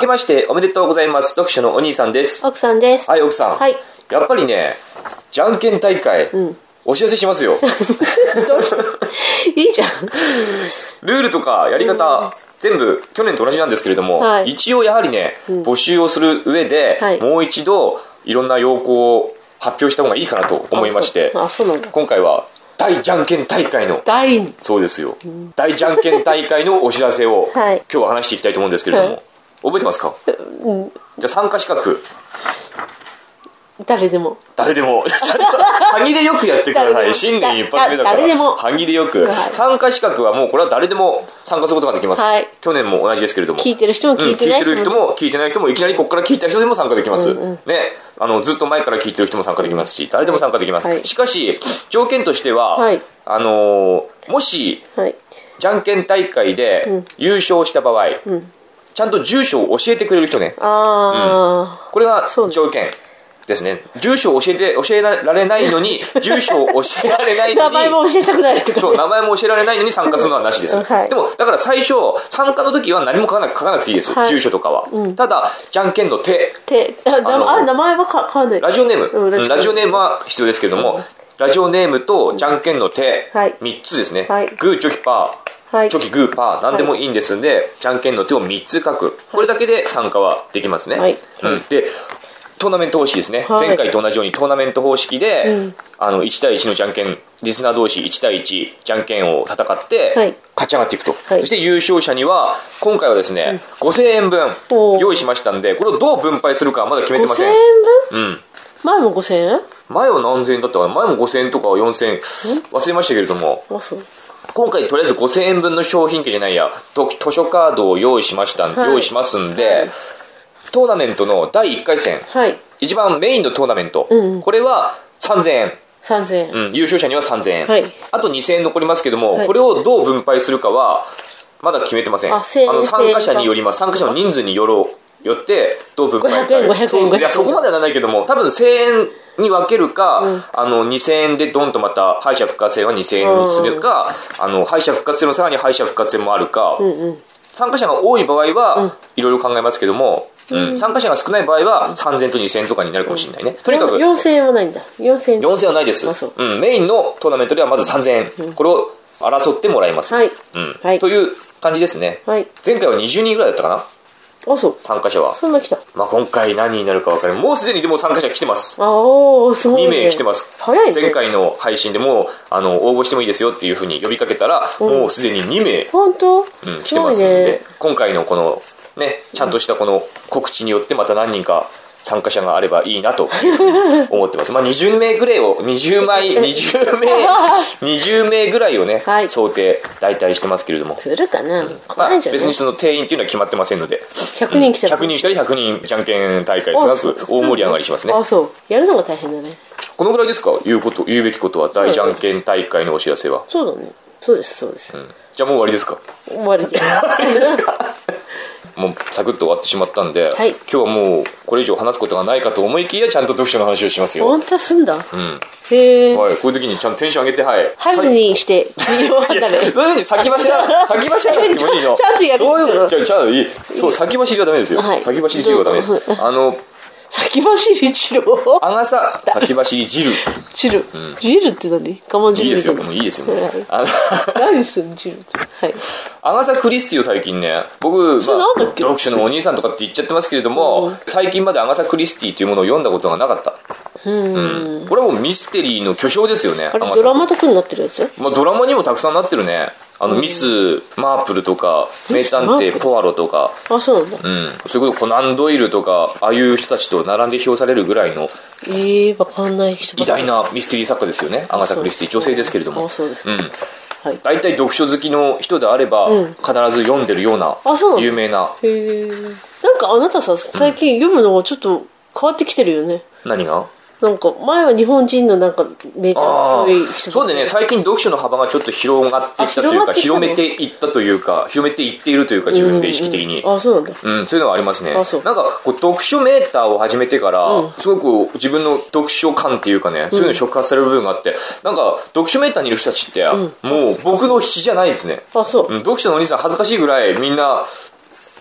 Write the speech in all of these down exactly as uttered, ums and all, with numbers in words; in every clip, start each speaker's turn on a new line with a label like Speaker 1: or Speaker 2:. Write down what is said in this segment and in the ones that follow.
Speaker 1: けましておめでとうございます。読書のお兄さんです。
Speaker 2: 奥さんです。
Speaker 1: はい、奥さん。
Speaker 2: はい。
Speaker 1: やっぱりね、じゃんけん大会、うん、お知らせしますよ。
Speaker 2: どうしていいじゃん。
Speaker 1: ルールとかやり方、うん、全部去年と同じなんですけれども、はい、一応やはりね、うん、募集をする上で、はい、もう一度いろんな要項を発表した方がいいかなと思いまして、
Speaker 2: あ、そうなんだ。
Speaker 1: 今回は大じゃんけん大会の
Speaker 2: 大
Speaker 1: そうですよ、うん、大じゃんけん大会のお知らせを、はい、今日は話していきたいと思うんですけれども、はい、覚えてますか？うん、じゃあ参加資格
Speaker 2: 誰でも
Speaker 1: 誰でも歯切れよくやってください。新年一発目だから
Speaker 2: 誰でも
Speaker 1: 歯切れよく、はい、参加資格はもうこれは誰でも参加することができます、はい、去年も同じですけれども、
Speaker 2: 聞いてる人も聞いてない人も、うん、聞いてる
Speaker 1: 人も聞いてない人もいきなりここから聞いた人でも参加できます、うんうん、ね、あのずっと前から聞いてる人も参加できますし、誰でも参加できます、はい、しかし条件としては、はい、あのー、もし、はい、じゃんけん大会で優勝した場合、うん、ちゃんと住所を教えてくれる人ね、あ、うん、これが条件ですね。住所を教えて、教えられないのに、住所を教えられないのに、
Speaker 2: 名前も教えたくない。
Speaker 1: そう、名前も教えられないのに参加するのはなしです。はい、でも、だから最初、参加の時は何も書かなく、書かなくていいです。はい、住所とかは。うん、ただ、じゃんけんの手。
Speaker 2: 手。あ、あ名前は書かない。
Speaker 1: ラジオネーム、うん。ラジオネームは必要ですけども、うん、ラジオネームとじゃんけんの手、はい、みっつですね。はい、グー、チョキ、パー。はい、チョキ、グー、パー、何でもいいんですんで、はい、じゃんけんの手をみっつ書く。これだけで参加はできますね。はい、うん、で、トーナメント方式ですね、はい、前回と同じようにトーナメント方式で、うん、あのいち対いちのじゃんけん、リスナー同士いち対いちじゃんけんを戦って、はい、勝ち上がっていくと、はい、そして優勝者には今回はですね、うん、ごせんえんぶん用意しましたんで、これをどう分配するかはまだ決めてません。
Speaker 2: ごせんえんぶん、うん、前もごせんえん、
Speaker 1: 前は何千円だったかな、前もごせんえんとかよんせんえん忘れましたけれども、今回とりあえずごせんえんぶんの商品券じゃないや図書カードを用意しました、はい、用意しますんで、はい、トーナメントのだいいっかい戦、はい、一番メインのトーナメント、うん、これはさんぜんえん、
Speaker 2: さんぜんえん、
Speaker 1: うん、優勝者にはさんぜんえん、はい、あとにせんえん残りますけども、はい、これをどう分配するかはまだ決めてません。 あ, あの参加者によります。参加者の人数によろよってどう分配か、
Speaker 2: ごひゃくえん、ごひゃくえん、ごひゃくえん、
Speaker 1: いやそこまではならないけども、多分せんえんに分けるか、うん、あのにせんえんでドンとまた敗者復活戦はにせんえんにするか、うん、あの敗者復活戦のさらに敗者復活戦もあるか、うんうん、参加者が多い場合はいろいろ考えますけども、うん、参加者が少ない場合はさんぜんえんとにせんえんとかになるかもしれないね。とにかく
Speaker 2: よんせんえんはないんだ。よんせんえん。
Speaker 1: よんせんえんはないです。うん、メインのトーナメントではまずさんぜんえん、うん、これを争ってもらいます。はい。うん。はい。という感じですね。はい。前回はにじゅうにんぐらいだったかな。
Speaker 2: あ、そう。
Speaker 1: 参加者は。
Speaker 2: そんな来た。
Speaker 1: まあ今回何になるか分かる。もうすでにでも参加者来てます。
Speaker 2: ああ、すごい、ね。
Speaker 1: にめい来てます。
Speaker 2: 早いね。
Speaker 1: 前回の配信でもあの応募してもいいですよっていう風に呼びかけたら、うん、もうすでににめい。
Speaker 2: 本当？
Speaker 1: うん、来てますんで、ね、今回のこのね、ちゃんとしたこの告知によってまた何人か参加者があればいいなと思ってます。まあにじゅうめいぐらいを、にじゅうまい、にじゅうめい、にじゅうめいぐらいをね、はい、想定大体してますけれども。
Speaker 2: 来るかな、うん、
Speaker 1: まあ別にその定員っていうのは決まってませんので。
Speaker 2: ひゃくにん来たら、
Speaker 1: うん、ひゃくにん来たらひゃくにんじゃんけん大会、すごく大盛り上がりしますね。
Speaker 2: あ、そう。やるのが大変だね。
Speaker 1: このぐらいですか、言うこと、言うべきことは、大じゃんけん大会のお知らせは。
Speaker 2: そうだね。そうです、そうです。
Speaker 1: うん、じゃあもう終わりですか？
Speaker 2: 終わりで。終
Speaker 1: わりですか？もうサクッと終わってしまったんで、はい、今日はもうこれ以上話すことがないかと思いきやちゃんと読書の話をしますよ。
Speaker 2: 本当はすんだ。うん。
Speaker 1: へえ。はい、こういう時にちゃんとテンション上げて、はい。
Speaker 2: 春にして君を
Speaker 1: 離れ。そういう風に先走ら先走らなくてもいいの。
Speaker 2: ちゃんとやる。
Speaker 1: そういうのちゃんといい。そう先走りはダメですよ。はい、先走りはダメです。あの。
Speaker 2: 先走り汁を
Speaker 1: アガサ先走り汁
Speaker 2: 汁、うん、汁って何？かま汁
Speaker 1: いいですよ、もういいですよ、ね、あの
Speaker 2: 何すん汁って、はい、
Speaker 1: アガサクリスティを最近ね、僕、まあ、読書のお兄さんとかって言っちゃってますけれども、うん、最近までアガサクリスティというものを読んだことがなかった。うん、うん、これはもうミステリーの巨匠ですよね。
Speaker 2: あれドラマとかになってるやつ？
Speaker 1: まあ、ドラマにもたくさんなってるね。あの、ミス・マープルとか、名探偵ポワロとか、
Speaker 2: あ、そうなんだ。
Speaker 1: うん。それこそコナン・ドイルとか、ああいう人たちと並んで評されるぐらいの、
Speaker 2: ええー、わかんない人。
Speaker 1: 偉大なミステリー作家ですよね。アガサ・クリスティ、女性ですけれども。
Speaker 2: あ、そうです。
Speaker 1: うん。はい。大体読書好きの人であれば、うん、必ず読んでるような、有名な。
Speaker 2: へえ。なんかあなたさ、最近読むのがちょっと変わってきてるよね。
Speaker 1: うん、何が？
Speaker 2: なんか前は日本人のなんかメジャーっぽい人、
Speaker 1: そうでね、最近読書の幅がちょっと広がってきたというか、広めていったというか、広めていっているというか、自分で意識的に。
Speaker 2: うんうん、あ、そうなんだ。
Speaker 1: うん、そういうのはありますね。あ、そう。なんかこう読書メーターを始めてから、うん、すごく自分の読書感っていうかね、そういうのに触発される部分があって、なんか読書メーターにいる人たちって、うん、もう僕の比じゃないですね。
Speaker 2: あ、そう。
Speaker 1: うん、読書のお兄さん恥ずかしいぐらいみんな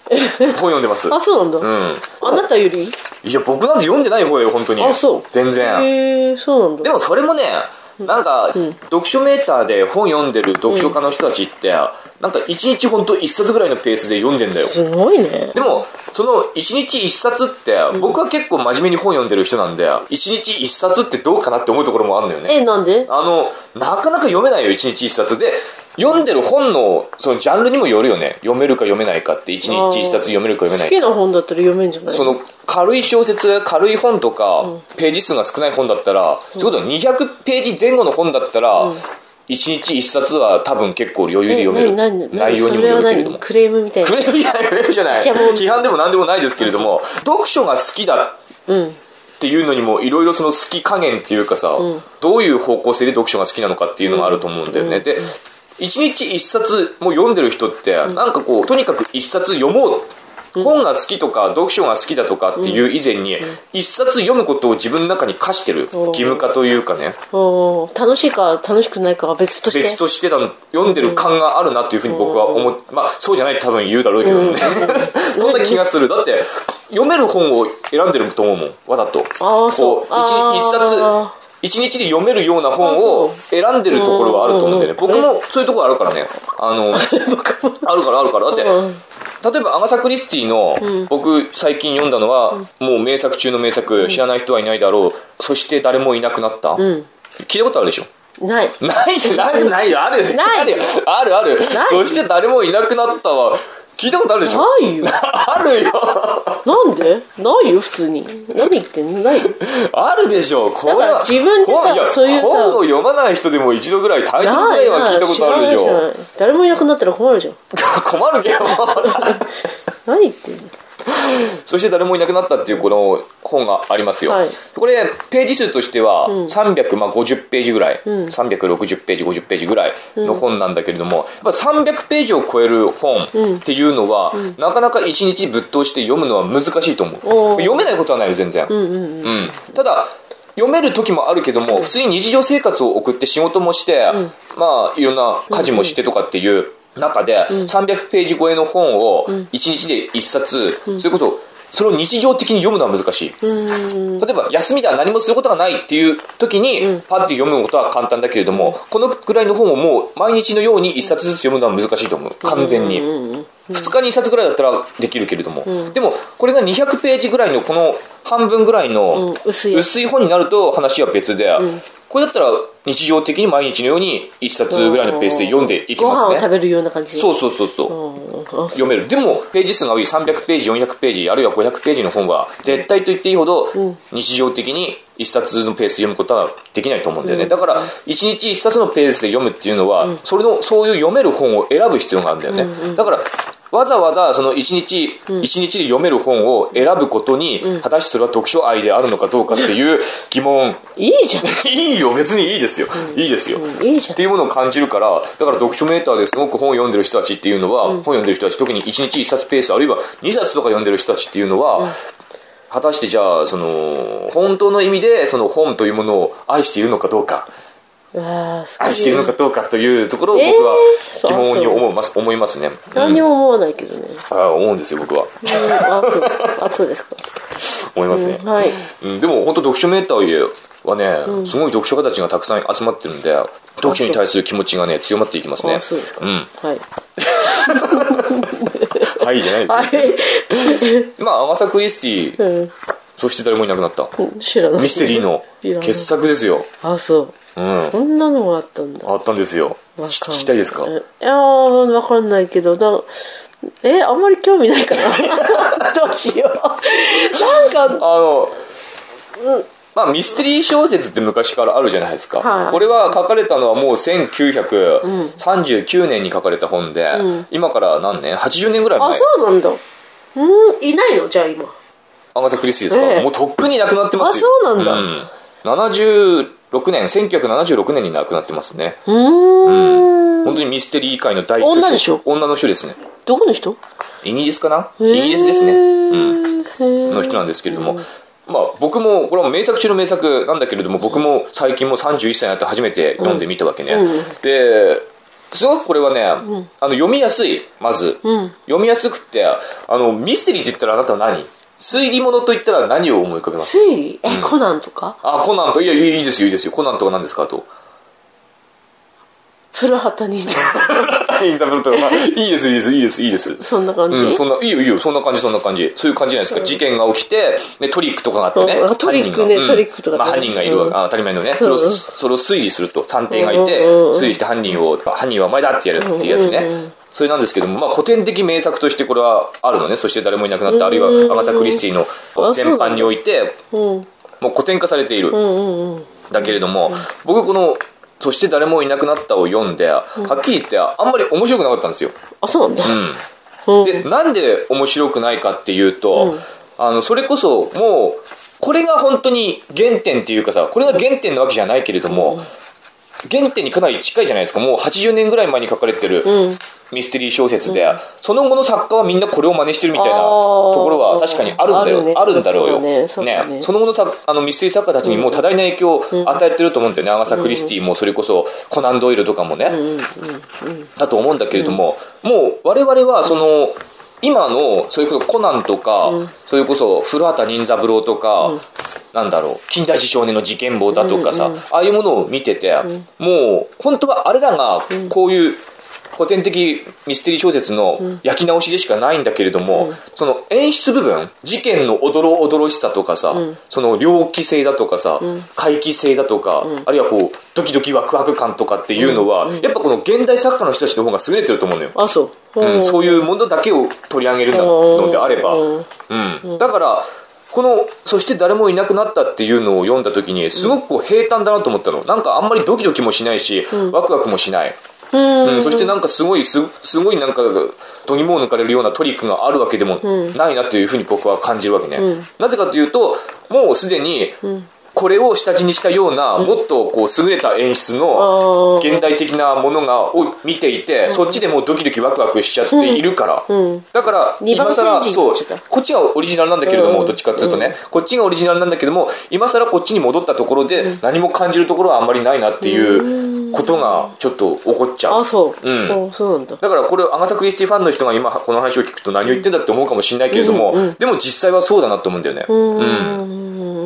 Speaker 1: 本読んでます。
Speaker 2: あ、そうなんだ。うん。あなたより？
Speaker 1: いや、僕なんて読んでない方よ、本当に。
Speaker 2: あ、そう。
Speaker 1: 全然。
Speaker 2: へえ、そうなんだ。
Speaker 1: でもそれもね、なんか、うん、読書メーターで本読んでる読書家の人たちって、うん、なんか一日ほんと一冊ぐらいのペースで読んでんだよ。
Speaker 2: すごいね。
Speaker 1: でも、その一日一冊って、僕は結構真面目に本読んでる人なんで、一日一冊ってどうかなって思うところもあるんだよね。
Speaker 2: え、なんで？
Speaker 1: あの、なかなか読めないよ、一日一冊で。読んでる本の、そのジャンルにもよるよね。読めるか読めないかって、一日一冊読めるか読めないか。
Speaker 2: 好きな本だったら読めんじゃない？
Speaker 1: その、軽い小説、軽い本とか、うん、ページ数が少ない本だったら、うん、そういうことにひゃくページ前後の本だったら、うん、一日一冊は多分結構余裕で読める。内容にもよるけれども。
Speaker 2: クレームみたいな。
Speaker 1: クレームじゃない、クレームじゃない。批判でも何でもないですけれども、読書が好きだっていうのにもいろいろその好き加減っていうかさ、うん、どういう方向性で読書が好きなのかっていうのがあると思うんだよね。うん、で、一日一冊も読んでる人って、なんかこう、とにかく一冊読もう。本が好きとか読書が好きだとかっていう以前に、一冊読むことを自分の中に課してる義務化というかね。
Speaker 2: 楽しいか楽しくないかは別として。
Speaker 1: 別としてだ読んでる感があるなっていうふうに僕は思っ、まあそうじゃないって多分言うだろうけどね。そんな気がする。だって読める本を選んでると思うもん、わざと。
Speaker 2: ああ、そう。
Speaker 1: 一冊、一日で読めるような本を選んでるところはあると思うんだよね。僕もそういうところあるからね。あの、あるからあるから。だって、例えばアガサ・クリスティの、僕最近読んだのは、もう名作中の名作、知らない人はいないだろう。そして誰もいなくなった。聞いたことあるでしょ？
Speaker 2: ない。
Speaker 1: ない、ない、ないよ。あるよ。
Speaker 2: ないよ。
Speaker 1: あるある。そして誰もいなくなったわ。聞いたことあるでしょ？
Speaker 2: ないよ。
Speaker 1: あるよ。
Speaker 2: なんで？ないよ、普通に。何言ってんの？ないよ。
Speaker 1: あるでしょ。
Speaker 2: だから自分でさ、そういうさ、
Speaker 1: 本を読まない人でも一度ぐらい、タイトルぐらいは聞いたことあるでしょ。
Speaker 2: 誰もいなくなったら困るじゃん。
Speaker 1: 困るけど。
Speaker 2: 何言ってんの？
Speaker 1: そして誰もいなくなったっていうこの本がありますよ。はい、これ、ページ数としてはさんびゃくごじゅうページぐらい、うん、さんびゃくろくじゅうページ、ごじゅうページぐらいの本なんだけれども、やっぱさんびゃくページを超える本っていうのは、うん、なかなか一日ぶっ通して読むのは難しいと思う。読めないことはないよ、全然。うんうんうんうん、ただ、読める時もあるけども、うん、普通に日常生活を送って仕事もして、うん、まあ、いろんな家事もしてとかっていう、中でさんびゃくページ超えの本をいちにちでいっさつ、うん、それこそそれを日常的に読むのは難しい。例えば休みでは何もすることがないっていう時にパッて読むことは簡単だけれども、このくらいの本をもう毎日のようにいっさつずつ読むのは難しいと思う。完全に。ふつかにいっさつぐらいだったらできるけれども。でもこれがにひゃくページぐらいのこの半分ぐらいの薄い本になると話は別で、これだったら日常的に毎日のように一冊ぐらいのペースで読んでいきますね。
Speaker 2: ご飯を食べるような感じで。
Speaker 1: そうそうそうそう。読める。でもページ数が多いさんびゃくページ、よんひゃくページ、あるいはごひゃくページの本は絶対と言っていいほど日常的に一冊のペースで読むことはできないと思うんだよね。だから一日一冊のペースで読むっていうのは、それのそういう読める本を選ぶ必要があるんだよね。だからわざわざその一日、一日で読める本を選ぶことに、果たしてそれは読書愛であるのかどうかっていう疑問。
Speaker 2: いいじゃん。
Speaker 1: いいよ、別にいいですよ。いいですよ。
Speaker 2: いいじゃん。
Speaker 1: っていうものを感じるから、だから読書メーターですごく本を読んでる人たちっていうのは、本を読んでる人たち、特に一日一冊ペース、あるいは二冊とか読んでる人たちっていうのは、果たしてじゃあ、その、本当の意味でその本というものを愛しているのかどうか。愛しているのかどうかというところを僕は疑問に思います、思いますね。
Speaker 2: 何にも思わないけどね。
Speaker 1: ああ、思うんですよ、僕は。
Speaker 2: あ、そうですか。
Speaker 1: 思いますね。はい。でも本当読書メーターはね、すごい読書家たちがたくさん集まってるんで、読書に対する気持ちがね、強まっていきますね。
Speaker 2: あ、そうですか。うん。はい。
Speaker 1: はいじゃないです。まあ、アガサ・クリスティ、そして誰もいなくなった。
Speaker 2: 知らない。
Speaker 1: ミステリーの傑作ですよ。
Speaker 2: あ、そう。うん、そんなのがあったんだ。
Speaker 1: あったんですよ。聞きたいですか？い
Speaker 2: やー、わかんないけど、なえ、あんまり興味ないかな。どうしよう。なんか、
Speaker 1: あの、うん、まあミステリー小説って昔からあるじゃないですか。はい、これは書かれたのはもうせんきゅうひゃくさんじゅうきゅうねんに書かれた本で、うん、今から何年 ?はちじゅうねんぐらい前。
Speaker 2: あ、そうなんだ。うん、いないのじゃあ今。
Speaker 1: アガサ・クリスティですか、えー、もうとっくに亡くなってますよ。
Speaker 2: あ、そうなんだ。うん、
Speaker 1: ななじゅうろくねん、せんきゅうひゃくななじゅうろくねんに亡くなってますね。うーん。うん、本当にミステリー界の大
Speaker 2: 巨女でしょ？
Speaker 1: 女の人ですね。
Speaker 2: どこの人？
Speaker 1: イギリスかな？イギリスですね。うん。の人なんですけれども。まあ僕も、これは名作中の名作なんだけれども、僕も最近もうさんじゅういっさいになって初めて読んでみたわけね。うん、で、 すごくこれはね、うん、あの読みやすい、まず、うん、読みやすくて、あのミステリーって言ったらあなたは何？推理物と言ったら何を思い浮かべます？
Speaker 2: 推理？え、うん、コナンとか？
Speaker 1: あ、コナンと、いや、いいですよ、いいですよ。コナンとか何ですかと。
Speaker 2: 古畑任三郎。
Speaker 1: 任三郎とか、まあ、いいです、いいです、いいです、いいです。
Speaker 2: そんな感じ、
Speaker 1: うん、そんな、いいよ、いいよ、そんな感じ、そんな感じ。そういう感じじゃないですか。うん、事件が起きて、ね、トリックとかがあってね。
Speaker 2: うん、トリックね、トリックとか、ね。
Speaker 1: まあ、犯人がいるわ、うん、当たり前のね。それを、それを推理すると、探偵がいて、推理して犯人を、犯人はお前だってやるっていうやつね。うんうんうん、それなんですけども、まあ、古典的名作としてこれはあるのね。そして誰もいなくなった。あるいは、アガサ・クリスティの全般において、もう古典化されている。だけれども、僕この、そして誰もいなくなったを読んで、はっきり言ってあんまり面白くなかったんですよ。
Speaker 2: あ、そうなんだ。
Speaker 1: うん。で、なんで面白くないかっていうと、うん、あの、それこそもう、これが本当に原点っていうかさ、これが原点なわけじゃないけれども、うん、原点にかなり近いじゃないですか。もうはちじゅうねんぐらい前に書かれてるミステリー小説で、うん、その後の作家はみんなこれを真似してるみたいなところは確かにあるんだよ。あるね、あるんだろうよ。ね、そ, ねねその後のさあのミステリー作家たちにもう多大な影響を与えてると思うんだよね。アガサ・クリスティもそれこそコナン・ドイルとかもね。うんうんうん、だと思うんだけれども、うん、もう我々はその、今の、それこそコナンとか、うん、それこそ古畑任三郎とか、うん、なんだろう、近代史少年の事件簿だとかさ、うんうん、ああいうものを見てて、うん、もう、本当はあれらが、こういう古典的ミステリー小説の焼き直しでしかないんだけれども、うん、その演出部分、事件のおどろおどろしさとかさ、うん、その猟奇性だとかさ、うん、怪奇性だとか、うん、あるいはこう、ドキドキワクワク感とかっていうのは、うん、やっぱこの現代作家の人たちの方が優れてると思うのよ。
Speaker 2: あ、そう。
Speaker 1: うん、そういうものだけを取り上げるのであれば。うん。だから、この、そして誰もいなくなったっていうのを読んだ時に、すごくこう平坦だなと思ったの。なんかあんまりドキドキもしないし、ワクワクもしない。うんうん、そしてなんかすごいす、すごいなんか、度肝を抜かれるようなトリックがあるわけでもないなというふうに僕は感じるわけね。うん、なぜかというと、もうすでに、これを下地にしたような、もっとこう優れた演出の現代的なものがを見ていて、そっちでもうドキドキワクワクしちゃっているから。だから、今更、そう、こっちがオリジナルなんだけれども、どっちかっていうとね、こっちがオリジナルなんだけども、今更こっちに戻ったところで何も感じるところはあんまりないなっていうことがちょっと起こっちゃう。
Speaker 2: あ、そう。うん。そうなんだ。
Speaker 1: だからこれ、アガサ・クリスティファンの人が今この話を聞くと何を言ってんだって思うかもしれないけれども、でも実際はそうだなと思うんだよね。うん。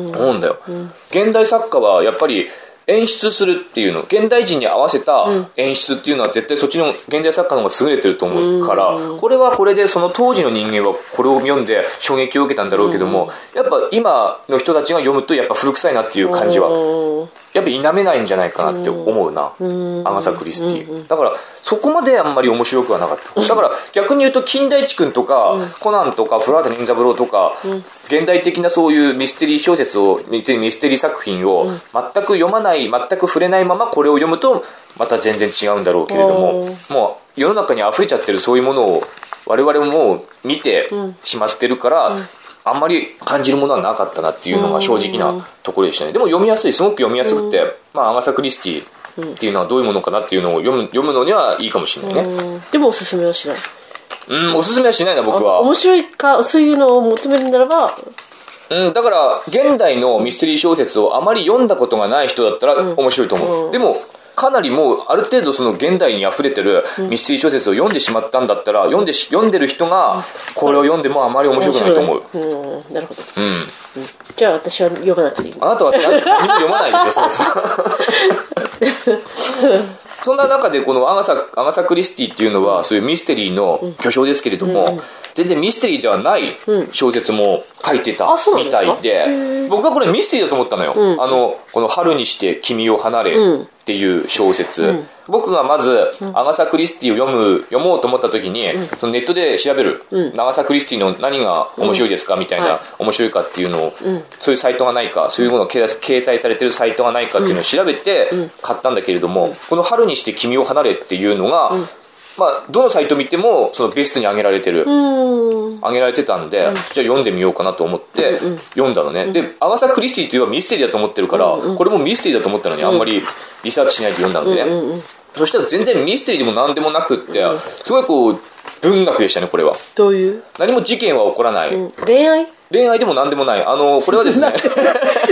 Speaker 1: 思うんだよ。現代作家はやっぱり演出するっていうの、現代人に合わせた演出っていうのは絶対そっちの現代作家の方が優れてると思うから、これはこれでその当時の人間はこれを読んで衝撃を受けたんだろうけども、やっぱ今の人たちが読むとやっぱ古臭いなっていう感じはやっぱ否めないんじゃないかなって思うな、アガサ・クリスティ。だからそこまであんまり面白くはなかった。だから逆に言うと金田一君とかコナンとか古畑任三郎とか現代的なそういうミステリー小説を、ミステリー作品を全く読まない、全く触れないままこれを読むとまた全然違うんだろうけれども、もう世の中に溢れちゃってるそういうものを我々ももう見てしまってるから、あんまり感じるものはなかったなっていうのが正直なところでしたね。でも読みやすい、すごく読みやすくて、まあアガサ・クリスティっていうのはどういうものかなっていうのを読む、読むのにはいいかもしれないね。
Speaker 2: でもおすすめはしない。
Speaker 1: うん、おすすめはしないな、僕は。
Speaker 2: 面白いか、そういうのを求めるならば、
Speaker 1: うん、だから、現代のミステリー小説をあまり読んだことがない人だったら面白いと思う。うんうん、でも、かなりもう、ある程度その現代に溢れてるミステリー小説を読んでしまったんだったら、読んでし、読んでる人が、これを読んでもあまり面白くないと思う。
Speaker 2: うん、なるほど。
Speaker 1: うん。
Speaker 2: じゃあ私は読まなくていい。
Speaker 1: あなたは何も読まないでしょ、そうそう。そんな中でこのアガサ、アガサ・クリスティっていうのはそういうミステリーの巨匠ですけれども、うん、全然ミステリーではない小説も書いてたみたいで、うん、僕はこれミステリーだと思ったのよ。うん、あの、この春にして君を離れっていう小説。うん、僕がまずアガサ・クリスティを読む、読もうと思った時に、うん、そのネットで調べる、うん、アガサ・クリスティの何が面白いですかみたいな、はい、面白いかっていうのを、うん、そういうサイトがないか、そういうものが掲載されてるサイトがないかっていうのを調べて買ったんだけれども、うん、この春にして君を離れっていうのが、うん、まあ、どのサイト見てもそのベストに上げられてる、上げられてたんで、うん、じゃあ読んでみようかなと思って読んだのね、うん、でアガサ・クリスティというのはミステリーだと思ってるから、うん、これもミステリーだと思ったのにあんまりリサーチしないで読んだんでね、うんうん、そしたら全然ミステリーでも何でもなくって、うん、すごいこう文学でしたね、これは。
Speaker 2: どういう？
Speaker 1: 何も事件は起こらない、
Speaker 2: うん、恋愛？
Speaker 1: 恋愛でも何でもない。あのこれはですね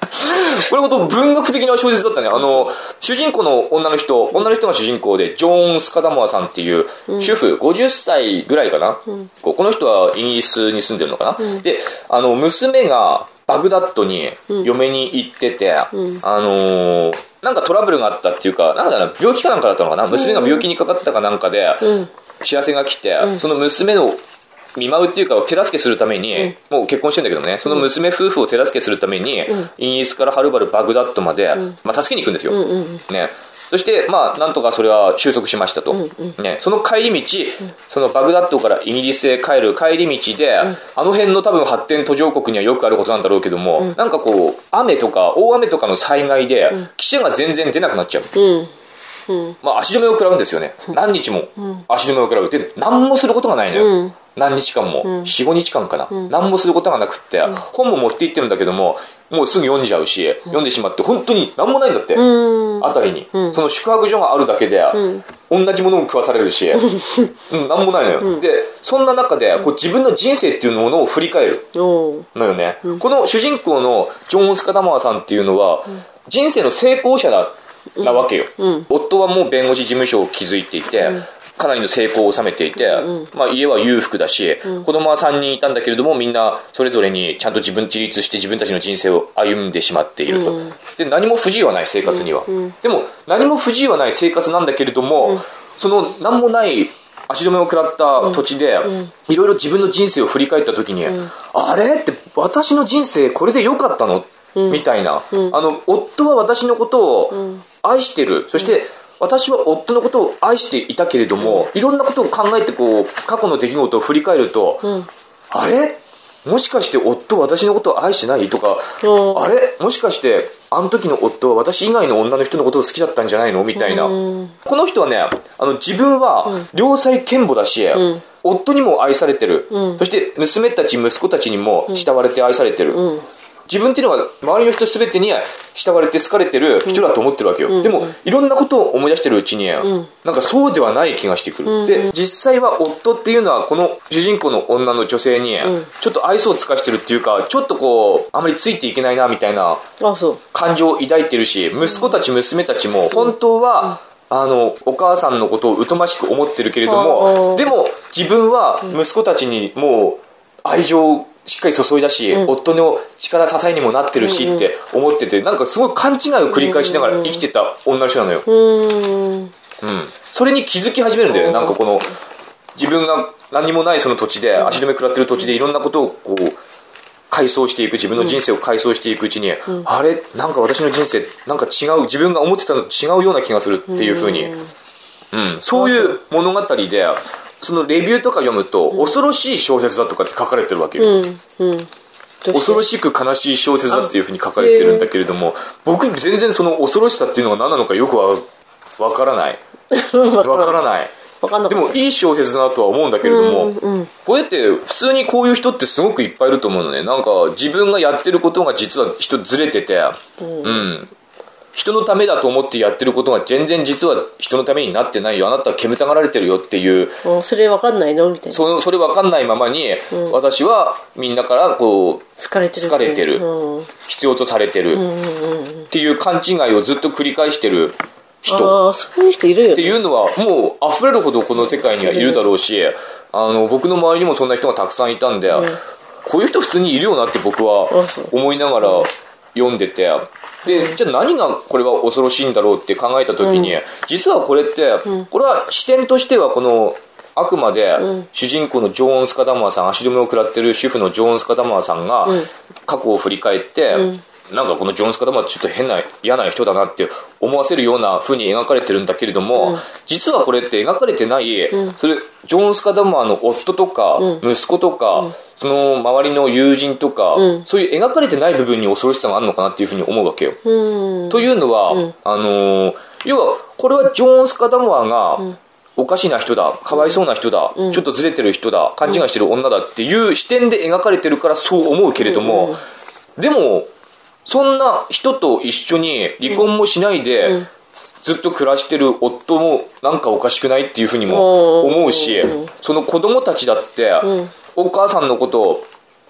Speaker 1: これほど文学的な小説だったね。あの、主人公の女の人、女の人が主人公で、ジョーン・スカダモアさんっていう主婦、うん、ごじゅっさいぐらいかな、うん、この人はイギリスに住んでるのかな、うん、で、あの、娘がバグダッドに嫁に行ってて、うん、あのー、なんかトラブルがあったっていうか、なんだろう、病気かなんかだったのかな、娘が病気にかかったかなんかで、知らせが来て、うん、その娘の見舞うっていうか手助けするために、うん、もう結婚してんだけどね、その娘夫婦を手助けするために、うん、イギリスからはるばるバグダッドまで、うん、まあ助けに行くんですよ。うんうんうん、ね。そして、まあ、なんとかそれは収束しましたと。うんうん、ね。その帰り道、うん、そのバグダッドからイギリスへ帰る帰り道で、うん、あの辺の多分発展途上国にはよくあることなんだろうけども、うん、なんかこう、雨とか大雨とかの災害で、うん、汽車が全然出なくなっちゃう。うんうん、まあ足止めを食らうんですよね。うん、何日も足止めを食らう。で、何もすることがないのよ。うん、何日間も。うん、よん、ごにちかんかな、うん。何もすることがなくって、うん、本も持って行ってるんだけども、もうすぐ読んじゃうし、うん、読んでしまって本当に何もないんだって。うん、あたりに、うん。その宿泊所があるだけで、うん、同じものを食わされるし、うん、何もないのよ。うん、で、そんな中でこう自分の人生っていうものを振り返るのよね。うん、この主人公のジョーン・スカダマーさんっていうのは、うん、人生の成功者だ。なわけよ、うん、夫はもう弁護士事務所を築いていて、うん、かなりの成功を収めていて、うん、まあ家は裕福だし、うん、子供はさんにんいたんだけれども、みんなそれぞれにちゃんと自分自立して自分たちの人生を歩んでしまっていると、うん、で何も不自由はない生活には、うん、でも何も不自由はない生活なんだけれども、うん、その何もない足止めを食らった土地で、いろいろ自分の人生を振り返った時に、うん、あれって私の人生これで良かったの、うん、みたいな、うん、あの夫は私のことを愛してる、うん、そして私は夫のことを愛していたけれども、うん、いろんなことを考えてこう過去の出来事を振り返ると、うん、あれもしかして夫は私のことを愛してないとか、うん、あれもしかしてあの時の夫は私以外の女の人のことを好きだったんじゃないのみたいな、うん、この人はね、あの自分は良妻賢母だし、うん、夫にも愛されてる、うん、そして娘たち息子たちにも慕われて愛されてる、うん、自分っていうのは周りの人全てに慕われて好かれてる人だと思ってるわけよ、うん、でもいろんなことを思い出してるうちに、うん、なんかそうではない気がしてくる、うん、で実際は夫っていうのはこの主人公の女の女性にちょっと愛想を尽かしてるっていうか、ちょっとこうあまりついていけないなみたいな感情を抱いてるし、息子たち娘たちも本当はあのお母さんのことを疎ましく思ってるけれども、でも自分は息子たちにもう愛情をしっかり注いだし、うん、夫の力支えにもなってるしって思ってて、なんかすごい勘違いを繰り返しながら生きてた女の人なのよ。うん。うん。それに気づき始めるんだよね。なんかこの、自分が何もないその土地で、足止め食らってる土地でいろんなことをこう、回想していく、自分の人生を回想していくうちに、うん、あれなんか私の人生、なんか違う、自分が思ってたのと違うような気がするっていう風に、うん。そういう物語で、そのレビューとか読むと、うん、恐ろしい小説だとかって書かれてるわけよ、うんうん、恐ろしく悲しい小説だっていう風に書かれてるんだけれども、僕全然その恐ろしさっていうのが何なのかよくわわからないわからないでもいい小説だなとは思うんだけれども、うんうん、これって普通にこういう人ってすごくいっぱいいると思うのね。なんか自分がやってることが実は人ずれてて、うん、うん人のためだと思ってやってることが全然実は人のためになってないよ。あなたは煙たがられてるよっていう。
Speaker 2: それわかんないのみたいな。
Speaker 1: その、それわかんないままに、うん、私はみんなからこう、
Speaker 2: 好かれてる。
Speaker 1: 好かれてる。うん、必要とされてる、うんうんうん。っていう勘違いをずっと繰り返してる人。
Speaker 2: ああ、そういう人いるよね。
Speaker 3: っていうのはもう溢れるほどこの世界にはいるだろうし、あの、僕の周りにもそんな人がたくさんいたんで、うん、こういう人普通にいるよなって僕は思いながら読んでて、で、じゃあ何がこれは恐ろしいんだろうって考えた時に、うん、実はこれって、うん、これは視点としてはこの、あくまで主人公のジョーン・スカダマーさん、足止めを食らってる主婦のジョーン・スカダマーさんが過去を振り返って、うんなんかこのジョン・スカダマーちょっと変な嫌な人だなって思わせるような風に描かれてるんだけれども、うん、実はこれって描かれてない、うん、それジョン・スカダマーの夫とか、うん、息子とか、うん、その周りの友人とか、うん、そういう描かれてない部分に恐ろしさがあるのかなっていう風に思うわけよ。うん、というのは、うん、あのー、要はこれはジョン・スカダマーが、うんおかしいな人だ、かわいそうな人だ、うん、ちょっとずれてる人だ、勘違いしてる女だっていう視点で描かれてるからそう思うけれども、うん、でも、そんな人と一緒に離婚もしないで、うん、ずっと暮らしてる夫もなんかおかしくないっていうふうにも思うし、うん、その子供たちだって、うん、お母さんのことを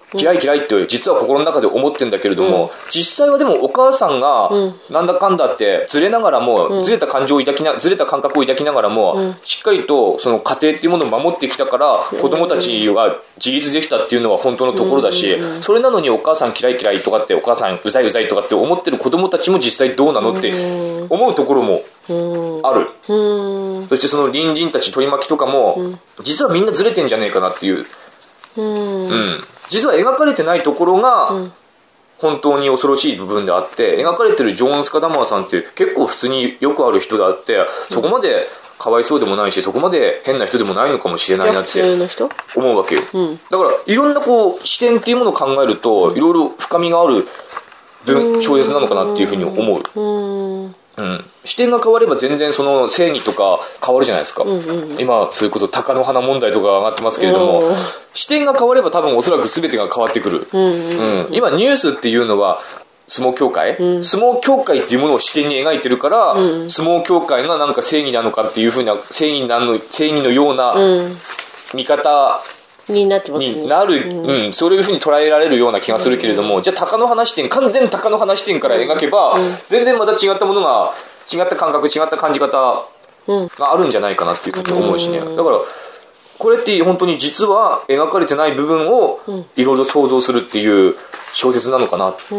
Speaker 1: 嫌い嫌いって実は心の中で思ってんだけれども、うん、実際はでもお母さんがなんだかんだってずれながらも、うん、ずれた感情を抱きなずれた感覚を抱きながらも、うん、しっかりとその家庭っていうものを守ってきたから、うん、子供たちが自立できたっていうのは本当のところだし、うん、それなのにお母さん嫌い嫌いとかってお母さんうざいうざいとかって思ってる子供たちも実際どうなのって思うところもある、うん、そしてその隣人たち取り巻きとかも、うん、実はみんなずれてんじゃねえかなっていう、うんうん、実は描かれてないところが本当に恐ろしい部分であって、描かれてるジョーン・スカダマーさんって結構普通によくある人であって、そこまでかわいそうでもないし、そこまで変な人でもないのかもしれないなって思うわけよ、うん、だからいろんなこう視点っていうものを考えると、いろいろ深みがある文小説なのかなっていうふうに思う、うんうん、視点が変われば全然その正義とか変わるじゃないですか、うんうん、今それこそ鷹の花問題とか上がってますけれども、視点が変われば多分おそらく全てが変わってくる、うんうんうん、今ニュースっていうのは相撲協会、うん、相撲協会っていうものを視点に描いてるから、うん、相撲協会がなんか正義なのかっていうふうな正義なの正義のような見方
Speaker 2: になってますね。
Speaker 1: になる、うん、うん、そういう風に捉えられるような気がするけれども、うん、じゃあ鷹の花視点、完全鷹の花視点から描けば、うん、全然また違ったものが、違った感覚、違った感じ方があるんじゃないかなっていうふうに思うしね。だから、これって本当に実は描かれてない部分をいろいろ想像するっていう小説なのかな。うん、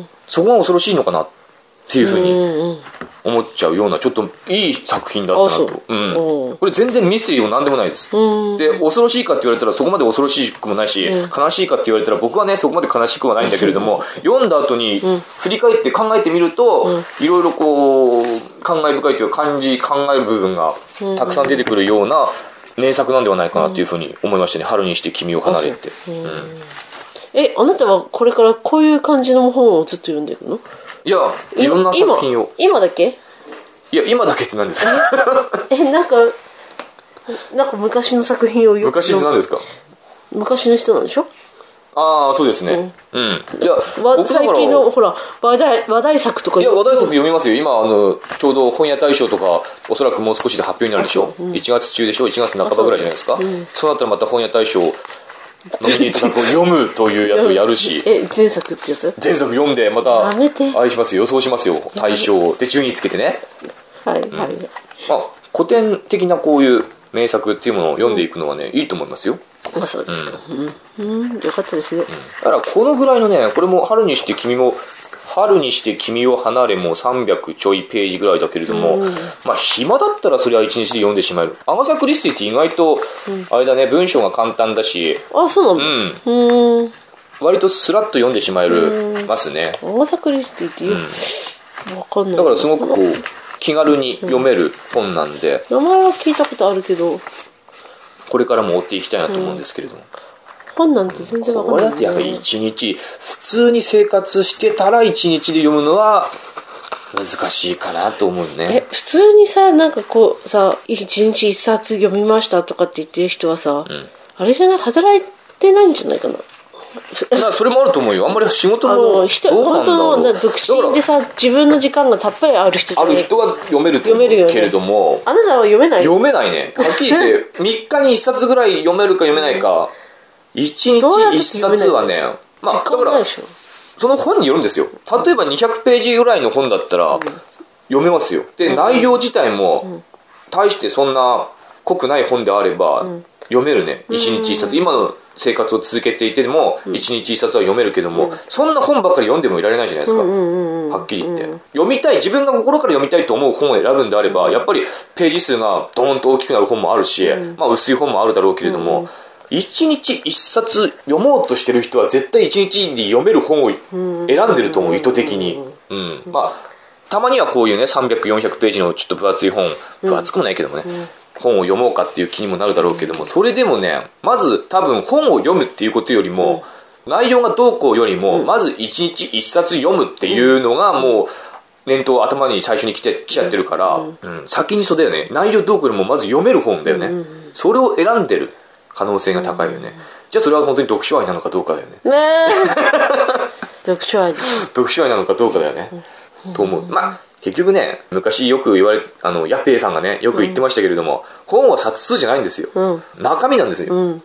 Speaker 1: そこが恐ろしいのかなっていうふうに思っちゃうような、ちょっといい作品だったなと。うん、これ全然ミステリーもなんでもないです。で、恐ろしいかって言われたらそこまで恐ろしくもないし、悲しいかって言われたら僕はね、そこまで悲しくはないんだけれども、読んだ後に振り返って考えてみると、いろいろこう、感慨深いというか感じ、考える部分がたくさん出てくるような名作なんではないかなっていうふうに思いましたね。春にして君を離れて。うん、
Speaker 2: え、あなたはこれからこういう感じの本をずっと読んでるの？
Speaker 1: いや、いろんな作品を。
Speaker 2: 今、今だけ？
Speaker 1: いや、今だけって何ですか？
Speaker 2: え、なんか、なんか昔の作品をよ
Speaker 1: く。昔って何ですか？
Speaker 2: 昔の人なんでしょ？
Speaker 1: ああ、そうですね。うん。うん、いや、
Speaker 2: 最近の、ほら、話題、話題作とか。
Speaker 1: いや、話題作読みますよ。今、あの、ちょうど本屋大賞とか、おそらくもう少しで発表になるでしょ。うん、いちがつ中でしょ。いちがつなかばぐらいじゃないですか。うん、そうなったらまた本屋大賞、ノミネート作を読むというやつをやるし。
Speaker 2: え、前作ってやつ？
Speaker 1: 前作読んで、また、あれしますよ。予想しますよ。大賞。で、順位つけてね。はい、はい。うん、まあ、古典的なこういう名作っていうものを読んでいくのはね、いいと思いますよ。
Speaker 2: あ、そうですか。うん。うん、よかったですね。うん、
Speaker 1: だからこのぐらいのね、これも春にして君も、春にして君を離れもさんびゃくちょいページぐらいだけれども、うん、まあ暇だったらそれはいちにちで読んでしまえる。アガサ・クリスティって意外と、あれだね、文章が簡単だし、
Speaker 2: あ、そうなの？うん。うん。
Speaker 1: 割とスラッと読んでしまえるますね。
Speaker 2: アガサ・クリスティって言う、うん、わかんない。
Speaker 1: だからすごくこう、気軽に読める本なんで、
Speaker 2: うん、名前は聞いたことあるけど、
Speaker 1: これからも追っていきたいなと思うんですけれども。うん、
Speaker 2: 本なんて全然わかんない、ね。
Speaker 1: これだってやっぱり一日、普通に生活してたら一日で読むのは難しいかなと思うね。
Speaker 2: え、普通にさ、なんかこうさ、一日一冊読みましたとかって言ってる人はさ、うん、あれじゃない、働いてないんじゃないかな。
Speaker 1: なそれもあると思うよ。あんまり仕事もどうなんだろう。
Speaker 2: 本当の独身でさ、自分の時間がたっぷりある人じゃない。
Speaker 1: ある人は読めると思うけれども、ね、
Speaker 2: あなたは読めない？
Speaker 1: 読めないね。はっきり言ってみっかにいっさつぐらい読めるか読めないか。いちにちいっさつはね、まあだからその本によるんですよ。例えばにひゃくページぐらいの本だったら、うん、読めますよ。で、うん、内容自体も大してそんな濃くない本であれば、うん、読めるね。いちにちいっさつ。今の生活を続けていても、いちにちいっさつは読めるけども、うん、そんな本ばっかり読んでもいられないじゃないですか。はっきり言って、うん。読みたい、自分が心から読みたいと思う本を選ぶんであれば、やっぱりページ数がドーンと大きくなる本もあるし、うん、まあ薄い本もあるだろうけれども、いちにちいっさつ読もうとしてる人は絶対いちにちに読める本を選んでると思う、意図的に。うん。まあ、たまにはこういうね、さんびゃく、よんひゃくページのちょっと分厚い本、分厚くもないけどもね、うん、本を読もうかっていう気にもなるだろうけども、それでもね、まず多分本を読むっていうことよりも、うん、内容がどうこうよりも、うん、まずいちにちいっさつ読むっていうのがもう、念頭頭に最初に来て、来ちゃってるから、うんうん、先にそうだよね。内容どうこうよりもまず読める本だよね。うんうん、それを選んでる可能性が高いよね。うん、じゃあそれは本当に読書愛なのかどうかだよね。ね
Speaker 2: 読書愛
Speaker 1: 読書愛なのかどうかだよね。うん、と思う。まあ結局ね、昔よく言われ、あの、ヤッペイさんがね、よく言ってましたけれども、うん、本は冊数じゃないんですよ。うん、中身なんですよ。うん、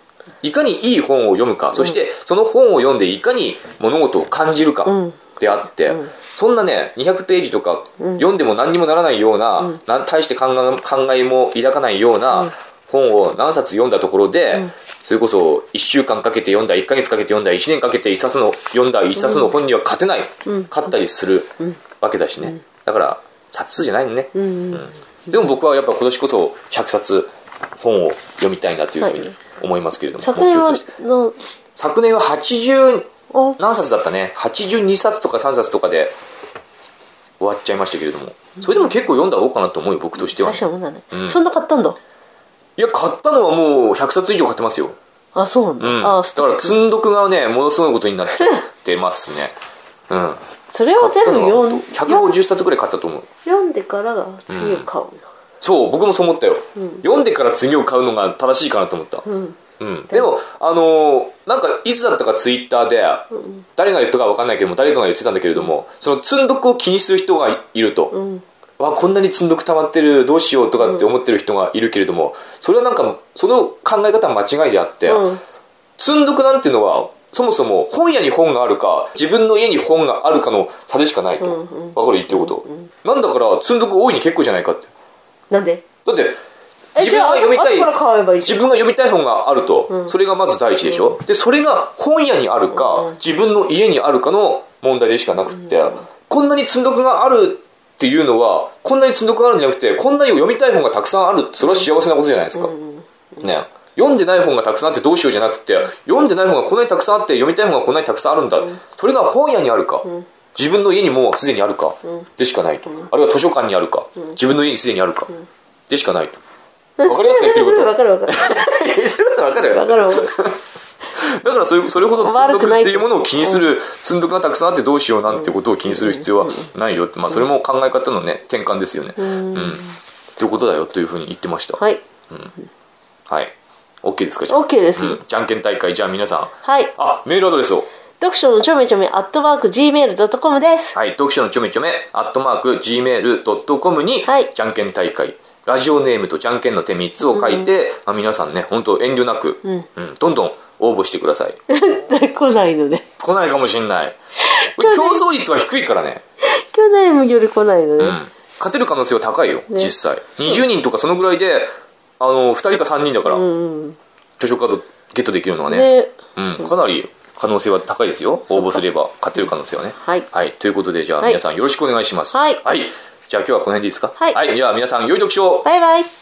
Speaker 1: いかにいい本を読むか、うん、そしてその本を読んでいかに物事を感じるかであって、うん、そんなね、にひゃくページとか読んでも何にもならないような、うん、大して考え、考えも抱かないような本を何冊読んだところで、うん、それこそいっしゅうかんかけて読んだ、いっかげつかけて読んだ、いちねんかけて一冊の読んだ一冊の本には勝てない、うん、勝ったりするわけだしね。うん、だから冊数じゃないのね。うんうんうん、でも僕はやっぱ今年こそひゃくさつ本を読みたいなというふうに思いますけれども。
Speaker 2: はい、昨年はの
Speaker 1: 昨年ははちじゅう何冊だったね。はちじゅうにさつとかさんさつとかで終わっちゃいましたけれども。それでも結構読んだ方がいいかなと思うよ、僕としては。
Speaker 2: 大したもんだね。うん、そんな買ったんだ。
Speaker 1: いや、買ったのはもうひゃくさつ以上買ってますよ。
Speaker 2: あ、そうなんだ。うん、
Speaker 1: あ、だから積んどくがね、ものすごいことになっちゃってますね。うん。
Speaker 2: それは全部読ん
Speaker 1: ひゃくごじゅっさつぐらい買ったと思う。
Speaker 2: 読んでからが次を買うの。うん、
Speaker 1: そう、僕もそう思ったよ、うん。読んでから次を買うのが正しいかなと思った。うんうん、でも、あのー、なんかいつだったかツイッターで、うん、誰が言ったかわかんないけども、誰かが言ってたんだけれども、その積んどくを気にする人がいると。うん、わ、こんなに積んどく溜まってる、どうしようとかって思ってる人がいるけれども、それはなんか、その考え方は間違いであって、うん、積んどくなんていうのは、そもそも本屋に本があるか、自分の家に本があるかの差でしかないと。わ、うんうん、かる言ってること、うんうん。なんだから、積んどく多いに結構じゃないかって。
Speaker 2: なんで？
Speaker 1: だって、自分が読みたい、自分が読みたい本があると、うん、それがまず第一でしょ、うん、で、それが本屋にあるか、うん、自分の家にあるかの問題でしかなくって、うん、こんなに積んどくがあるっていうのは、こんなに積んどくがあるんじゃなくて、こんなに読みたい本がたくさんあるって、それは幸せなことじゃないですか。うん、ね。読んでない本がたくさんあってどうしようじゃなくて、読んでない本がこんなにたくさんあって読みたい本がこんなにたくさんあるんだ。うん、それが本屋にあるか、うん、自分の家にもうすでにあるか、うん、でしかないと、うん。あるいは図書館にあるか、うん、自分の家にすでにあるか、うん、でしかないと。わかりますか言ってること。
Speaker 2: わかるわかる。
Speaker 1: 言ってることわかる
Speaker 2: わかるわかる。
Speaker 1: だからそれ、それほど積んどくっていうものを気にする、積んどくがたくさんあってどうしようなんてことを気にする必要はないよって、まあそれも考え方のね、転換ですよね。うん。ということだよというふうに言ってました。
Speaker 2: はい。
Speaker 1: うん。はい。OK ですかじゃあ。
Speaker 2: OK です、うん。
Speaker 1: じゃんけん大会、じゃあ皆さん。
Speaker 2: はい。
Speaker 1: あ、メールアドレスを。
Speaker 2: 読書のちょめちょめ、アットマーク、ジーメールドットコム です。
Speaker 1: はい。読書のちょめちょめ、アットマーク、ジーメールドットコム に、はい。じゃんけん大会。ラジオネームとじゃんけんの手みっつを書いて、うんまあ、皆さんね、本当遠慮なく、うんうん、どんどん応募してください。
Speaker 2: 来ないのね。
Speaker 1: 来ないかもしんない。競争率は低いからね。
Speaker 2: 去年より来ないのね、うん。
Speaker 1: 勝てる可能性は高いよ、ね、実際。にじゅうにんとかそのぐらいで、あの、ふたりかさんにんだから、うんうん、図書カードゲットできるのはね、ねうん、かなり可能性は高いですよ。応募すれば勝てる可能性はね。はい。はい。ということで、じゃあ皆さんよろしくお願いします。はい。はい。じゃあ今日はこの辺でいいですか？はい。はい。じゃあ皆さん良い読書を。
Speaker 2: バイバイ。